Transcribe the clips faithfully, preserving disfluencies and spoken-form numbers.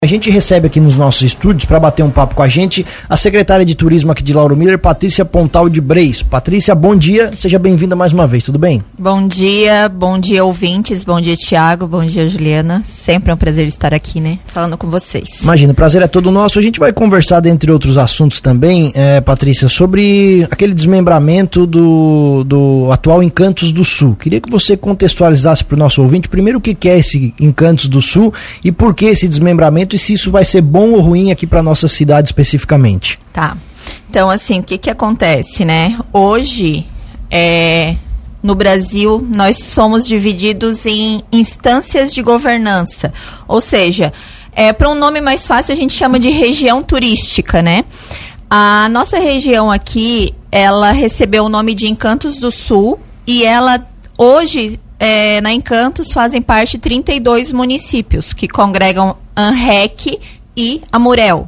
A gente recebe aqui nos nossos estúdios, para bater um papo com a gente, a secretária de Turismo aqui de Lauro Miller, Patrícia Pontal de Breis. Patrícia, bom dia, seja bem-vinda mais uma vez, tudo bem? Bom dia, bom dia ouvintes, bom dia Thiago, bom dia Juliana, sempre é um prazer estar aqui, né, falando com vocês. Imagina, o prazer é todo nosso. A gente vai conversar, dentre outros assuntos também, é, Patrícia, sobre aquele desmembramento do, do atual Encantos do Sul. Queria que você contextualizasse para o nosso ouvinte, primeiro, o que, que é esse Encantos do Sul e por que esse desmembramento, e se isso vai ser bom ou ruim aqui para nossa cidade especificamente. Tá, então assim, o que que acontece, né? Hoje, é, no Brasil, nós somos divididos em instâncias de governança, ou seja, é, para um nome mais fácil a gente chama de região turística, né? A nossa região aqui, ela recebeu o nome de Encantos do Sul e ela hoje... É, na Encantos fazem parte trinta e dois municípios que congregam Anrec e Amurel.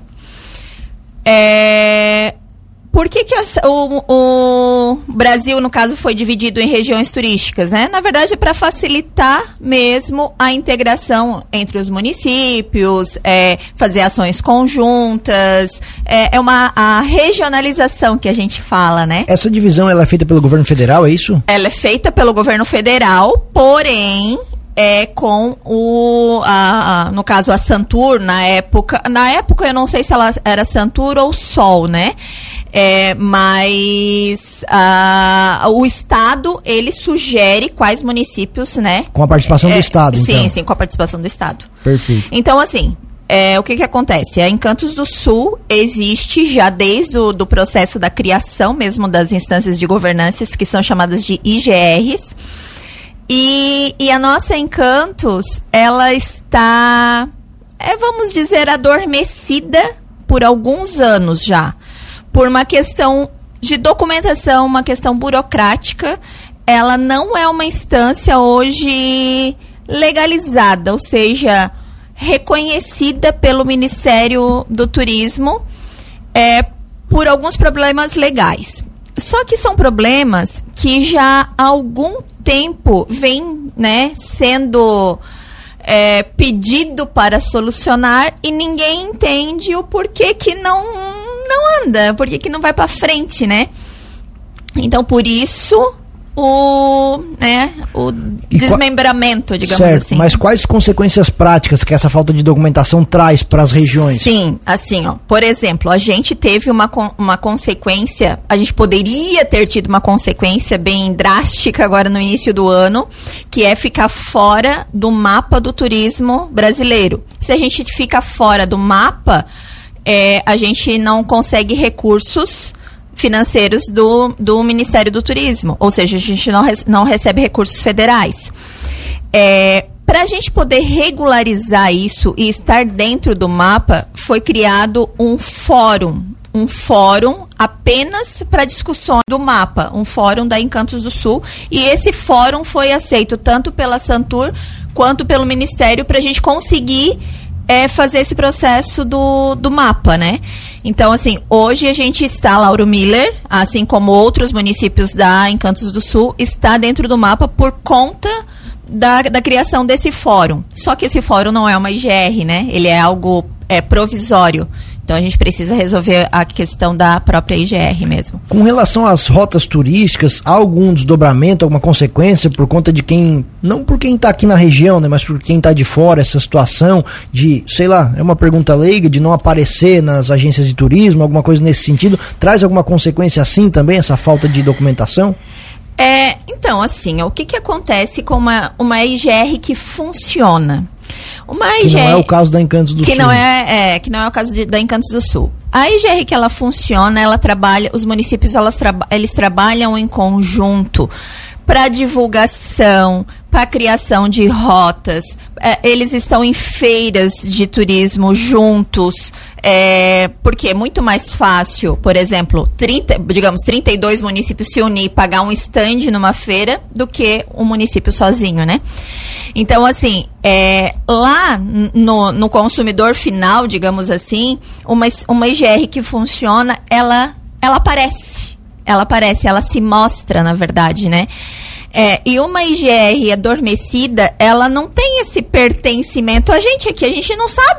É, por que, que a, o, o Brasil, no caso, foi dividido em regiões turísticas, né? Na verdade, é para facilitar mesmo a integração entre os municípios, é, fazer ações conjuntas, é, é uma a regionalização que a gente fala, né? Essa divisão ela é feita pelo governo federal, é isso? Ela é feita pelo governo federal, porém... É com o, a, a, no caso a Santur, na época, na época eu não sei se ela era Santur ou Sol, né? É, mas a, o Estado, ele sugere quais municípios, né? Com a participação é, do Estado, sim, então. Sim, sim, com a participação do Estado. Perfeito. Então, assim, é, o que que acontece? A Encantos do Sul existe já desde o do processo da criação mesmo das instâncias de governança, que são chamadas de I G Rs. E, e a nossa Encantos, ela está, é, vamos dizer, adormecida por alguns anos já. Por uma questão de documentação, uma questão burocrática. Ela não é uma instância hoje legalizada, ou seja, reconhecida pelo Ministério do Turismo é, por alguns problemas legais. Só que são problemas que já há algum tempo vem, né, sendo é, pedido para solucionar e ninguém entende o porquê que não, não anda, porquê que não vai para frente, né? Então, por isso... o, né, o desmembramento, digamos certo, assim. Mas quais consequências práticas que essa falta de documentação traz para as regiões? Sim, assim, ó, por exemplo, a gente teve uma, uma consequência, a gente poderia ter tido uma consequência bem drástica agora no início do ano, que é ficar fora do mapa do turismo brasileiro. Se a gente fica fora do mapa, é, a gente não consegue recursos financeiros do, do Ministério do Turismo, ou seja, a gente não, re, não recebe recursos federais. É, para a gente poder regularizar isso e estar dentro do mapa, foi criado um fórum, um fórum apenas para discussões do mapa, um fórum da Encantos do Sul, e esse fórum foi aceito tanto pela Santur quanto pelo Ministério para a gente conseguir é, fazer esse processo do, do mapa, né? Então, assim, hoje a gente está, Lauro Miller, assim como outros municípios da Encantos do Sul, está dentro do mapa por conta da, da criação desse fórum. Só que esse fórum não é uma I G R, né? Ele é algo é, provisório. Então, a gente precisa resolver a questão da própria I G R mesmo. Com relação às rotas turísticas, há algum desdobramento, alguma consequência por conta de quem, não por quem está aqui na região, né, mas por quem está de fora, essa situação de, sei lá, é uma pergunta leiga, de não aparecer nas agências de turismo, alguma coisa nesse sentido, traz alguma consequência assim também, essa falta de documentação? É, então, assim, o que, que acontece com uma, uma I G R que funciona? Uma I G R, que não é o caso da Encantos do que Sul. Não é, é, que não é o caso de, da Encantos do Sul. A I G R que ela funciona, ela trabalha, os municípios elas traba, eles trabalham em conjunto para divulgação, para criação de rotas, é, eles estão em feiras de turismo juntos, é, porque é muito mais fácil, por exemplo, trinta, digamos, trinta e dois municípios se unir e pagar um stand numa feira do que um município sozinho, né? Então, assim, é, lá no, no consumidor final, digamos assim, uma, uma I G R que funciona, ela, ela aparece. Ela aparece, ela se mostra, na verdade, né? É, e uma I G R adormecida, ela não tem esse pertencimento. A gente aqui, a gente não sabe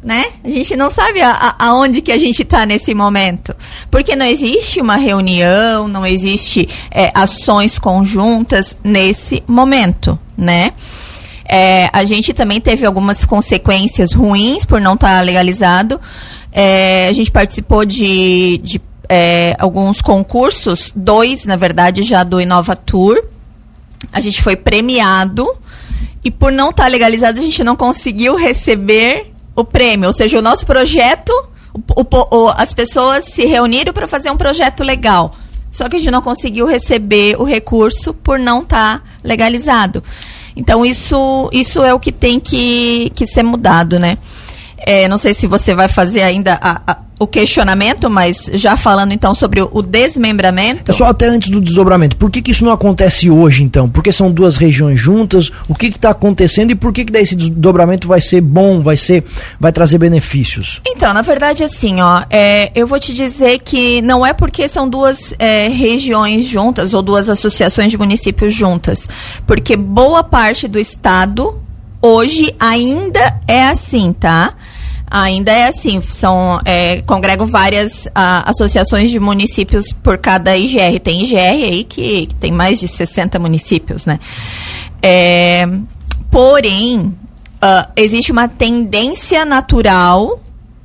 né? A gente não sabe a, a, aonde que a gente está nesse momento. Porque não existe uma reunião, não existe é, ações conjuntas nesse momento, né? É, a gente também teve algumas consequências ruins por não estar tá legalizado. É, a gente participou de, de é, alguns concursos, dois, na verdade, já do Inovatur. A gente foi premiado e por não estar tá legalizado, a gente não conseguiu receber o prêmio. Ou seja, o nosso projeto, o, o, o, as pessoas se reuniram para fazer um projeto legal. Só que a gente não conseguiu receber o recurso por não estar tá legalizado. Então, isso, isso é o que tem que, que ser mudado, né? É, não sei se você vai fazer ainda a, a, o questionamento, mas já falando então sobre o, o desmembramento... É só até antes do desdobramento. Por que que isso não acontece hoje, então? Porque são duas regiões juntas? O que que está acontecendo e por que que daí esse desdobramento vai ser bom, vai ser, vai trazer benefícios? Então, na verdade, assim, ó, é, eu vou te dizer que não é porque são duas é, regiões juntas ou duas associações de municípios juntas, porque boa parte do estado hoje ainda é assim, tá? Ainda é assim, são, é, congregam várias a, associações de municípios por cada I G R. Tem I G R aí que, que tem mais de sessenta municípios, né? É, porém, uh, existe uma tendência natural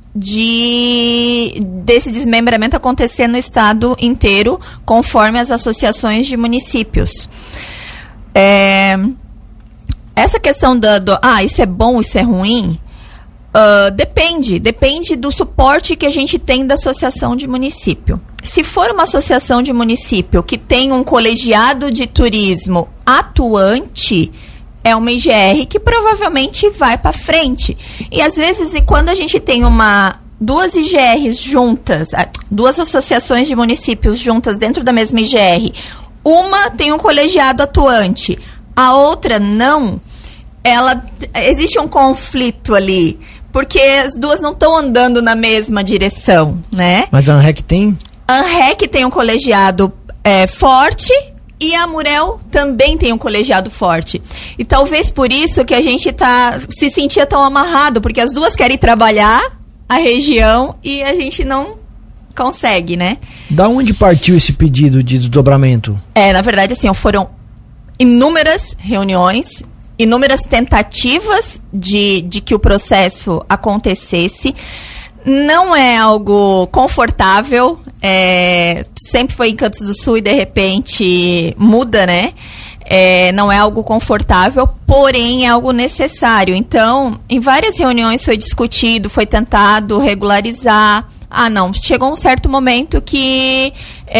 de desse desmembramento acontecer no estado inteiro, conforme as associações de municípios. É, essa questão do, do, ah, isso é bom, isso é ruim... Uh, depende, depende do suporte que a gente tem da associação de município. Se for uma associação de município que tem um colegiado de turismo atuante, é uma I G R que provavelmente vai para frente. E às vezes, e quando a gente tem uma duas I G Rs juntas, duas associações de municípios juntas dentro da mesma I G R, uma tem um colegiado atuante, a outra não, ela, existe um conflito ali. Porque as duas não estão andando na mesma direção, né? Mas a ANREC tem? A ANREC tem um colegiado é, forte e a Amurel também tem um colegiado forte. E talvez por isso que a gente tá, se sentia tão amarrado, porque as duas querem trabalhar a região e a gente não consegue, né? Da onde partiu esse pedido de desdobramento? É, na verdade, assim, foram inúmeras reuniões, inúmeras tentativas de, de que o processo acontecesse. Não é algo confortável, é, sempre foi em Cantos do Sul e de repente muda, né? É, não é algo confortável, porém é algo necessário. Então, em várias reuniões foi discutido, foi tentado regularizar. Ah, não, chegou um certo momento que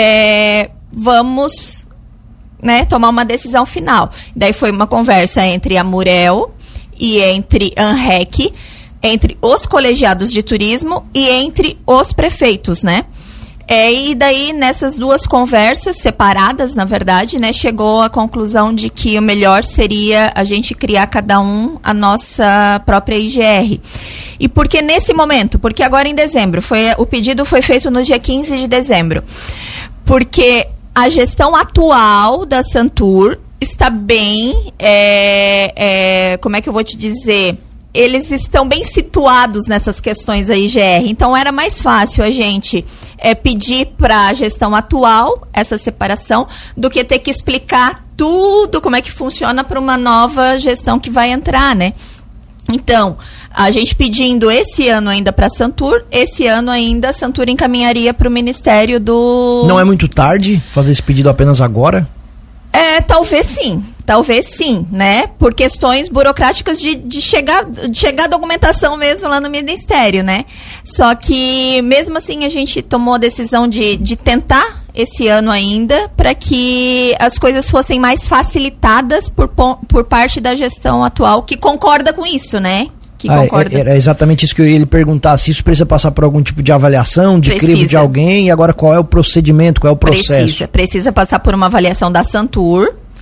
é, vamos... né, tomar uma decisão final. Daí foi uma conversa entre a Amurel e entre a ANREC, entre os colegiados de turismo e entre os prefeitos, né? É, e daí, nessas duas conversas separadas, na verdade, né, chegou à conclusão de que o melhor seria a gente criar cada um a nossa própria I G R. E por que nesse momento? Porque agora em dezembro, foi, o pedido foi feito no dia quinze de dezembro. Porque a gestão atual da Santur está bem, é, é, como é que eu vou te dizer? Eles estão bem situados nessas questões da I G R. Então, era mais fácil a gente é, pedir para a gestão atual essa separação do que ter que explicar tudo como é que funciona para uma nova gestão que vai entrar, né? Então, a gente pedindo esse ano ainda para a Santur, esse ano ainda a Santur encaminharia para o Ministério do... Não é muito tarde fazer esse pedido apenas agora? É, talvez sim, talvez sim, né? Por questões burocráticas de, de, chegar, de chegar a documentação mesmo lá no Ministério, né? Só que, mesmo assim, a gente tomou a decisão de, de tentar esse ano ainda para que as coisas fossem mais facilitadas por, por parte da gestão atual, que concorda com isso, né? Que ah, concorda. Era exatamente isso que eu ia lhe perguntar, se isso precisa passar por algum tipo de avaliação, de precisa. crivo de alguém, e agora qual é o procedimento, qual é o processo? Precisa, precisa passar por uma avaliação da Santur,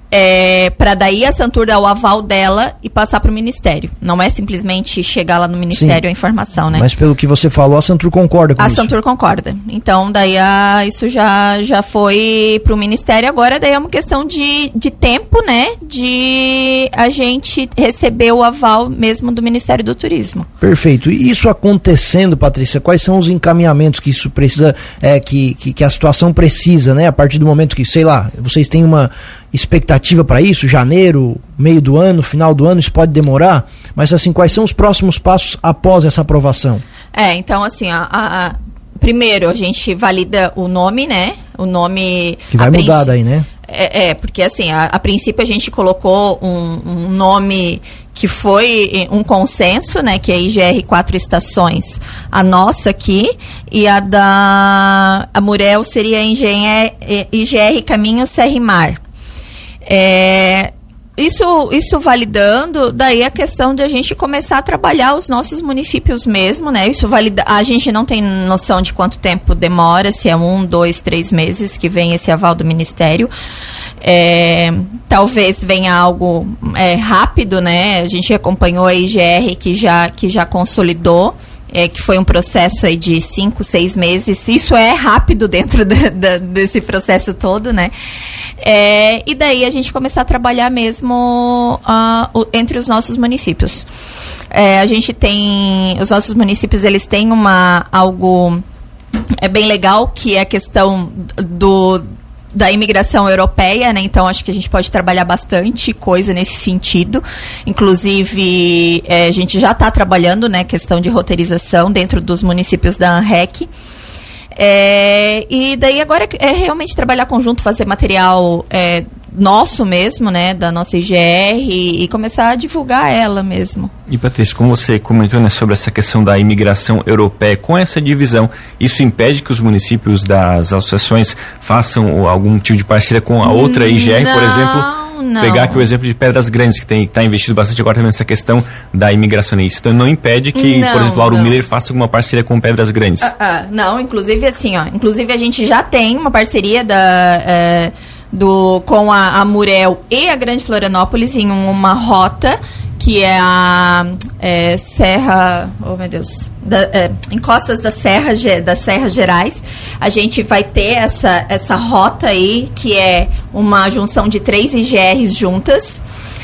É, para daí a Santur dar o aval dela e passar para o Ministério. Não é simplesmente chegar lá no Ministério Sim, a informação, né? Mas pelo que você falou, a Santur concorda com a isso? A Santur concorda. Então, daí a, isso já, já foi para o Ministério. Agora, daí é uma questão de, de tempo, né? De a gente receber o aval mesmo do Ministério do Turismo. Perfeito. E isso acontecendo, Patrícia, quais são os encaminhamentos que isso precisa, é, que, que, que a situação precisa, né? A partir do momento que, sei lá, vocês têm uma expectativa para isso, janeiro, meio do ano, final do ano, isso pode demorar, mas assim, quais são os próximos passos após essa aprovação? É, então assim, a, a, a, primeiro a gente valida o nome, né, o nome... Que vai mudar daí, né? É, é, porque assim, a, a princípio a gente colocou um, um nome que foi um consenso, né, que é a I G R Quatro Estações, a nossa aqui, e a da a Murel seria a I G R Caminho Serra e Mar. É, isso, isso validando, daí a questão de a gente começar a trabalhar os nossos municípios mesmo, né? Isso valida, a gente não tem noção de quanto tempo demora, se é um, dois, três meses que vem esse aval do Ministério. É, talvez venha algo é, rápido, né? A gente acompanhou a I G R que já, que já consolidou. É, que foi um processo aí de cinco, seis meses. Isso é rápido dentro da, da, desse processo todo, né? É, e daí a gente começar a trabalhar mesmo uh, o, entre os nossos municípios. É, a gente tem... Os nossos municípios, eles têm uma, algo é bem legal, que é a questão do... da imigração europeia, né? Então acho que a gente pode trabalhar bastante coisa nesse sentido. Inclusive, é, a gente já está trabalhando, né, questão de roteirização dentro dos municípios da ANREC. É, e daí agora é realmente trabalhar conjunto, fazer material é, nosso mesmo, né, da nossa I G R e, e começar a divulgar ela mesmo. E Patrícia, como você comentou, né, sobre essa questão da imigração europeia, com essa divisão, isso impede que os municípios das associações façam algum tipo de parceria com a outra I G R, não, por exemplo? Não. Pegar aqui o exemplo de Pedras Grandes, que está investido bastante agora também nessa questão da imigração. Isso então não impede que, não, por exemplo, Lauro Miller faça alguma parceria com Pedras Grandes? Ah, ah, não, inclusive assim, ó, inclusive a gente já tem uma parceria da... É, do, com a, a Murel e a Grande Florianópolis em uma rota que é a é, Serra, oh meu Deus, da, é, em Costas da Serra, das Serras Gerais. A gente vai ter essa, essa rota aí, que é uma junção de três I G Rs juntas.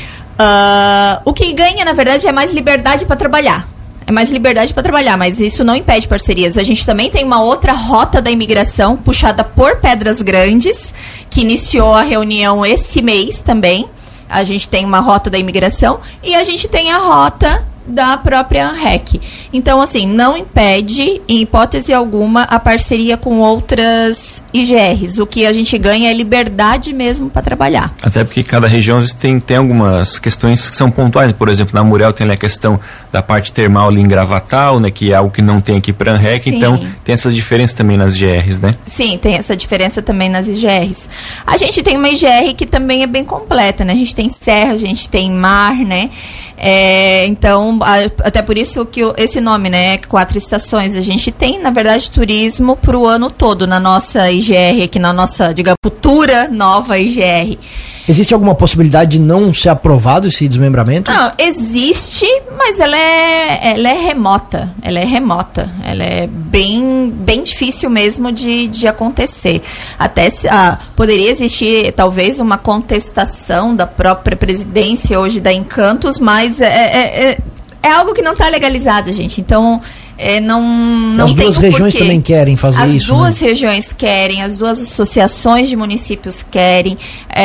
Uh, o que ganha, na verdade, é mais liberdade para trabalhar. É mais liberdade para trabalhar, mas isso não impede parcerias. A gente também tem uma outra rota da imigração, puxada por Pedras Grandes, que iniciou a reunião esse mês também. A gente tem uma rota da imigração e a gente tem a rota da própria ANREC. Então, assim, não impede, em hipótese alguma, a parceria com outras I G Rs. O que a gente ganha é liberdade mesmo para trabalhar. Até porque cada região tem, tem algumas questões que são pontuais. Por exemplo, na Murel tem a questão da parte termal ali em Gravatal, né, que é algo que não tem aqui para a ANREC. Sim. Então, tem essas diferenças também nas I G Rs, né? Sim, tem essa diferença também nas I G Rs. A gente tem uma I G R que também é bem completa, né? A gente tem serra, a gente tem mar, né? É, então, até por isso que esse nome, né, Quatro Estações, a gente tem, na verdade, turismo para o ano todo na nossa I G R, aqui na nossa, digamos, futura nova I G R. Existe alguma possibilidade de não ser aprovado esse desmembramento? Não, existe, mas ela é, ela é remota, ela é remota, ela é bem, bem difícil mesmo de, de acontecer. Até se, ah, poderia existir, talvez, uma contestação da própria presidência hoje da Encantos, mas é, é, é, é algo que não está legalizado, gente, então... É, não, não as duas regiões também querem fazer as isso. As duas né? regiões querem, as duas associações de municípios querem.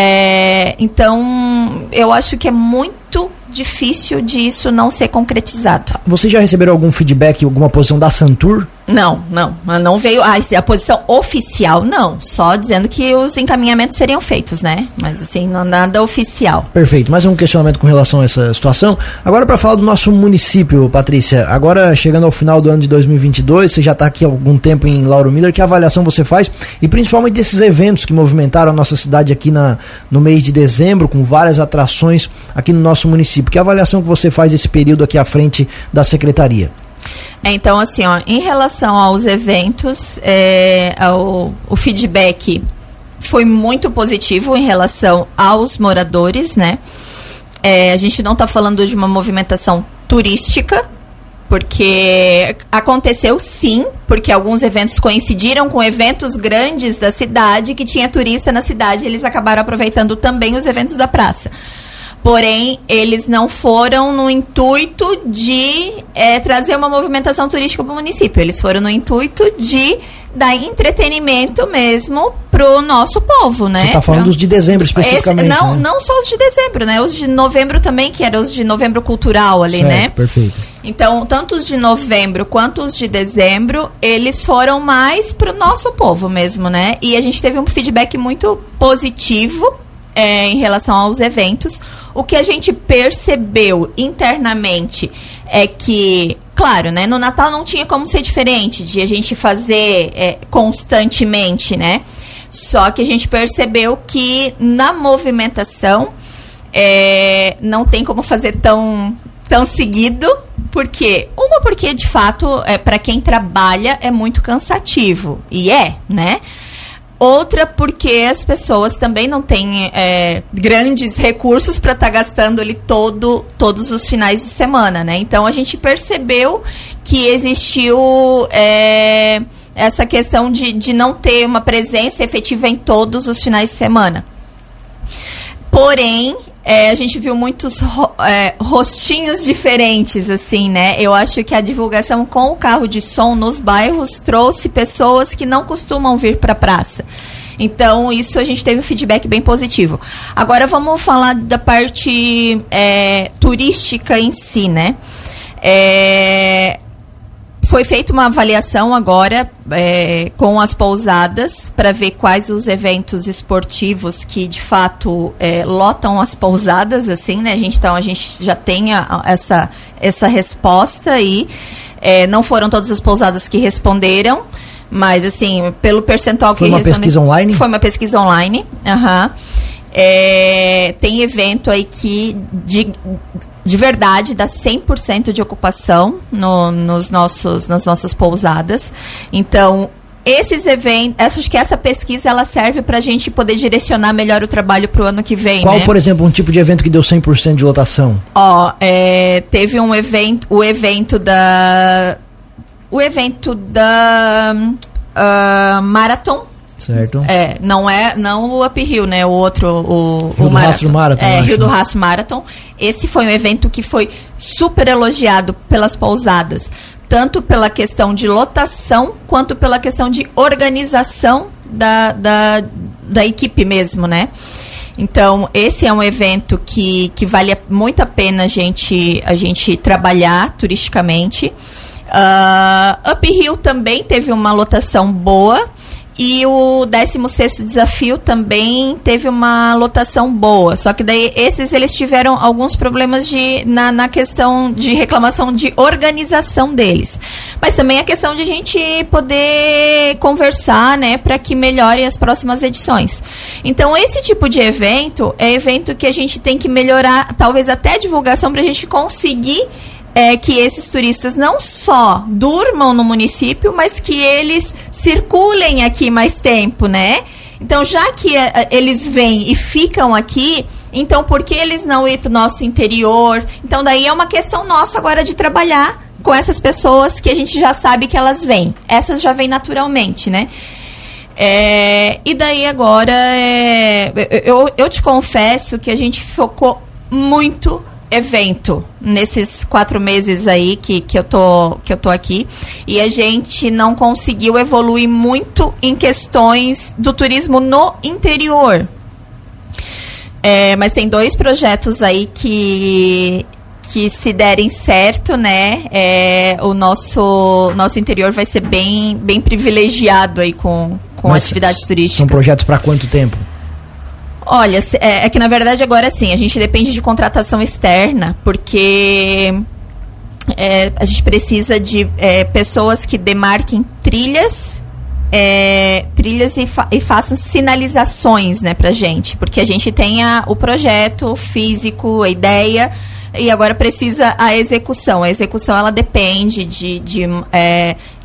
É, então, eu acho que é muito difícil disso não ser concretizado. Vocês já receberam algum feedback, alguma posição da Santur? Não, não. Não veio a, a posição oficial, não. Só dizendo que os encaminhamentos seriam feitos, né? Mas assim, não nada oficial. Perfeito. Mais um questionamento com relação a essa situação. Agora, para falar do nosso município, Patrícia, agora chegando ao final do ano de dois mil e vinte e dois, você já está aqui há algum tempo em Lauro Miller, que avaliação você faz? E principalmente desses eventos que movimentaram a nossa cidade aqui na, no mês de dezembro, com várias atrações aqui no nosso município. Que avaliação que você faz desse período aqui à frente da Secretaria? É, então, assim, ó, em relação aos eventos, é, ao, o feedback foi muito positivo em relação aos moradores, né? É, a gente não está falando de uma movimentação turística, porque aconteceu sim, porque alguns eventos coincidiram com eventos grandes da cidade, que tinha turista na cidade, eles acabaram aproveitando também os eventos da praça. Porém, eles não foram no intuito de é, trazer uma movimentação turística para o município. Eles foram no intuito de dar entretenimento mesmo pro nosso povo, né? Você está falando pra... dos de dezembro especificamente, Esse, não, né? não só os de dezembro, né? Os de novembro também, que eram os de novembro cultural ali, certo, né? Perfeito. Então, tanto os de novembro quanto os de dezembro, eles foram mais pro nosso povo mesmo, né? E a gente teve um feedback muito positivo É, em relação aos eventos. O que a gente percebeu internamente é que, claro, né, no Natal não tinha como ser diferente de a gente fazer é, constantemente, né? Só que a gente percebeu que na movimentação é, não tem como fazer tão, tão seguido. Por quê? Uma, porque de fato, é, para quem trabalha é muito cansativo. E é, né? Outra, porque as pessoas também não têm é, grandes recursos para estar tá gastando ali todo, todos os finais de semana, né? Então, a gente percebeu que existiu é, essa questão de, de não ter uma presença efetiva em todos os finais de semana. Porém, é, a gente viu muitos ro- é, rostinhos diferentes, assim, né? Eu acho que a divulgação com o carro de som nos bairros trouxe pessoas que não costumam vir para a praça. Então, isso a gente teve um feedback bem positivo. Agora, vamos falar da parte é, turística em si, né? É... Foi feita uma avaliação agora é, com as pousadas para ver quais os eventos esportivos que de fato é, lotam as pousadas, assim, né? A gente, então a gente já tem a, a, essa, essa resposta aí. É, não foram todas as pousadas que responderam, mas assim, pelo percentual que Foi uma pesquisa online? Foi uma pesquisa online. Aham. É, tem evento aí que de, de verdade dá cem por cento de ocupação no, nos nossos, nas nossas pousadas. Então, esses eventos, acho que essa pesquisa ela serve para a gente poder direcionar melhor o trabalho para o ano que vem. Qual, né? por exemplo, um tipo de evento que deu cem por cento de lotação? Ó, é, teve um evento, o evento da. O evento da uh, Marathon. Certo. É, não é, não o Up Hill, né? O outro, o, Rio o do Marathon. Rastro Marathon. É, acho, Rio do né? Rastro Marathon. Esse foi um evento que foi super elogiado pelas pousadas, tanto pela questão de lotação, quanto pela questão de organização da, da, da equipe mesmo, né? Então, esse é um evento que, que vale muito a pena a gente, a gente trabalhar turisticamente. Uh, Up Hill também teve uma lotação boa. E o décimo sexto desafio também teve uma lotação boa. Só que daí esses eles tiveram alguns problemas de, na, na questão de reclamação de organização deles. Mas também a questão de a gente poder conversar, né, para que melhore as próximas edições. Então, esse tipo de evento é evento que a gente tem que melhorar, talvez até a divulgação, para a gente conseguir É que esses turistas não só durmam no município, mas que eles circulem aqui mais tempo, né? Então, já que a, eles vêm e ficam aqui, então por que eles não ir para o nosso interior? Então, daí é uma questão nossa agora de trabalhar com essas pessoas que a gente já sabe que elas vêm. Essas já vêm naturalmente, né? É, e daí agora, é, eu, eu te confesso que a gente focou muito evento nesses quatro meses aí que, que, eu tô, que eu tô aqui, e a gente não conseguiu evoluir muito em questões do turismo no interior. É, mas tem dois projetos aí que, que se derem certo, né, é, o nosso, nosso interior vai ser bem, bem privilegiado aí com, com atividades turísticas. São projetos para quanto tempo? Olha, é, é que na verdade agora sim, a gente depende de contratação externa, porque é, a gente precisa de é, pessoas que demarquem trilhas, é, trilhas e, fa- e façam sinalizações, né, pra gente, porque a gente tem a, o projeto físico, a ideia, e agora precisa a execução. A execução ela depende de, de é,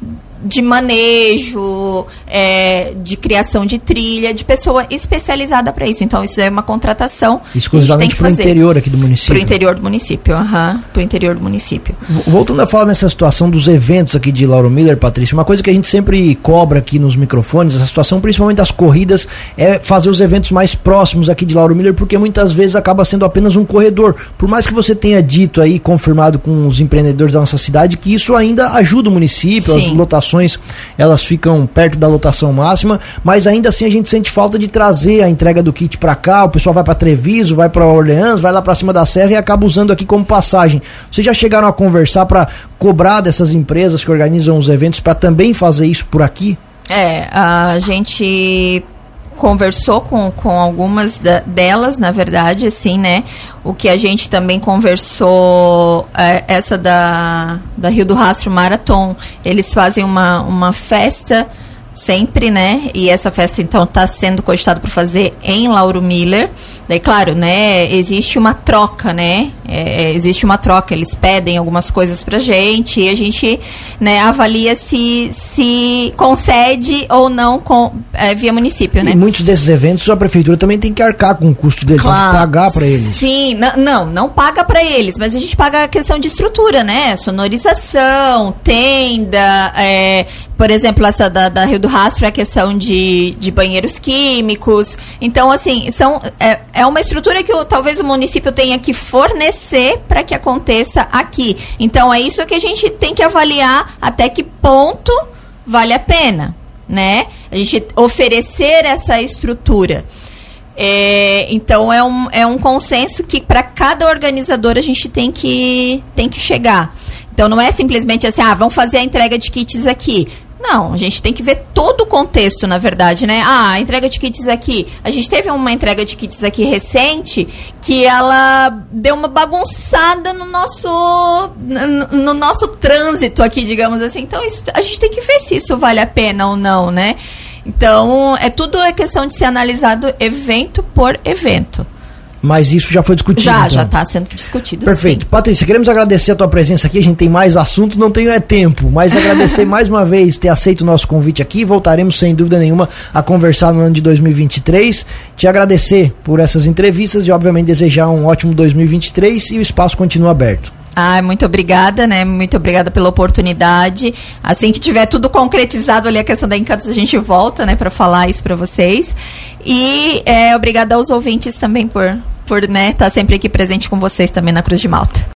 de manejo, é, de criação de trilha, de pessoa especializada para isso. Então, isso é uma contratação. Exclusivamente para o interior aqui do município. Para o interior do município, aham. Uhum, para o interior do município. Voltando a falar nessa situação dos eventos aqui de Lauro Miller, Patrícia, uma coisa que a gente sempre cobra aqui nos microfones, essa situação, principalmente das corridas, é fazer os eventos mais próximos aqui de Lauro Miller, porque muitas vezes acaba sendo apenas um corredor. Por mais que você tenha dito aí, confirmado com os empreendedores da nossa cidade, que isso ainda ajuda o município, Sim. as lotações, elas ficam perto da lotação máxima, mas ainda assim a gente sente falta de trazer a entrega do kit para cá, o pessoal vai para Treviso, vai para Orleans, vai lá para cima da serra e acaba usando aqui como passagem. Vocês já chegaram a conversar para cobrar dessas empresas que organizam os eventos para também fazer isso por aqui? É, a gente conversou com, com algumas da, delas, na verdade, assim, né? O que a gente também conversou, é, essa da, da Rio do Rastro Marathon, eles fazem uma, uma festa sempre, né? E essa festa, então, está sendo cogitada para fazer em Lauro Miller. Daí, claro, né? Existe uma troca, né? É, existe uma troca. Eles pedem algumas coisas pra gente e a gente, né, avalia se, se concede ou não com, é, via município, né? E muitos desses eventos a prefeitura também tem que arcar com o custo deles, claro, tem que pagar para eles. Sim, não, não paga para eles, mas a gente paga a questão de estrutura, né? Sonorização, tenda, é, por exemplo, essa da, da Rio do Rastro é a questão de, de banheiros químicos. Então, assim, são, é, é uma estrutura que o, talvez o município tenha que fornecer para que aconteça aqui. Então, é isso que a gente tem que avaliar até que ponto vale a pena, né? A gente oferecer essa estrutura. É, então, é um, é um consenso que para cada organizador a gente tem que, tem que chegar. Então, não é simplesmente assim, ah, vamos fazer a entrega de kits aqui. Não, a gente tem que ver todo o contexto, na verdade, né? Ah, a entrega de kits aqui. A gente teve uma entrega de kits aqui recente que ela deu uma bagunçada no nosso, no, no nosso trânsito aqui, digamos assim. Então, isso, a gente tem que ver se isso vale a pena ou não, né? Então, é tudo é questão de ser analisado evento por evento. Mas isso já foi discutido? Já, então. já está sendo discutido. Perfeito. Sim. Patrícia, queremos agradecer a tua presença aqui, a gente tem mais assunto, não tenho é tempo, mas agradecer mais uma vez ter aceito o nosso convite aqui, voltaremos sem dúvida nenhuma a conversar no ano de dois mil e vinte e três, te agradecer por essas entrevistas e obviamente desejar um ótimo dois mil e vinte e três e o espaço continua aberto. Ah, muito obrigada, né? Muito obrigada pela oportunidade. Assim que tiver tudo concretizado ali a questão da Encantos, a gente volta, né, para falar isso para vocês. E é, obrigada aos ouvintes também por, por, né, estar sempre aqui presente com vocês também na Cruz de Malta.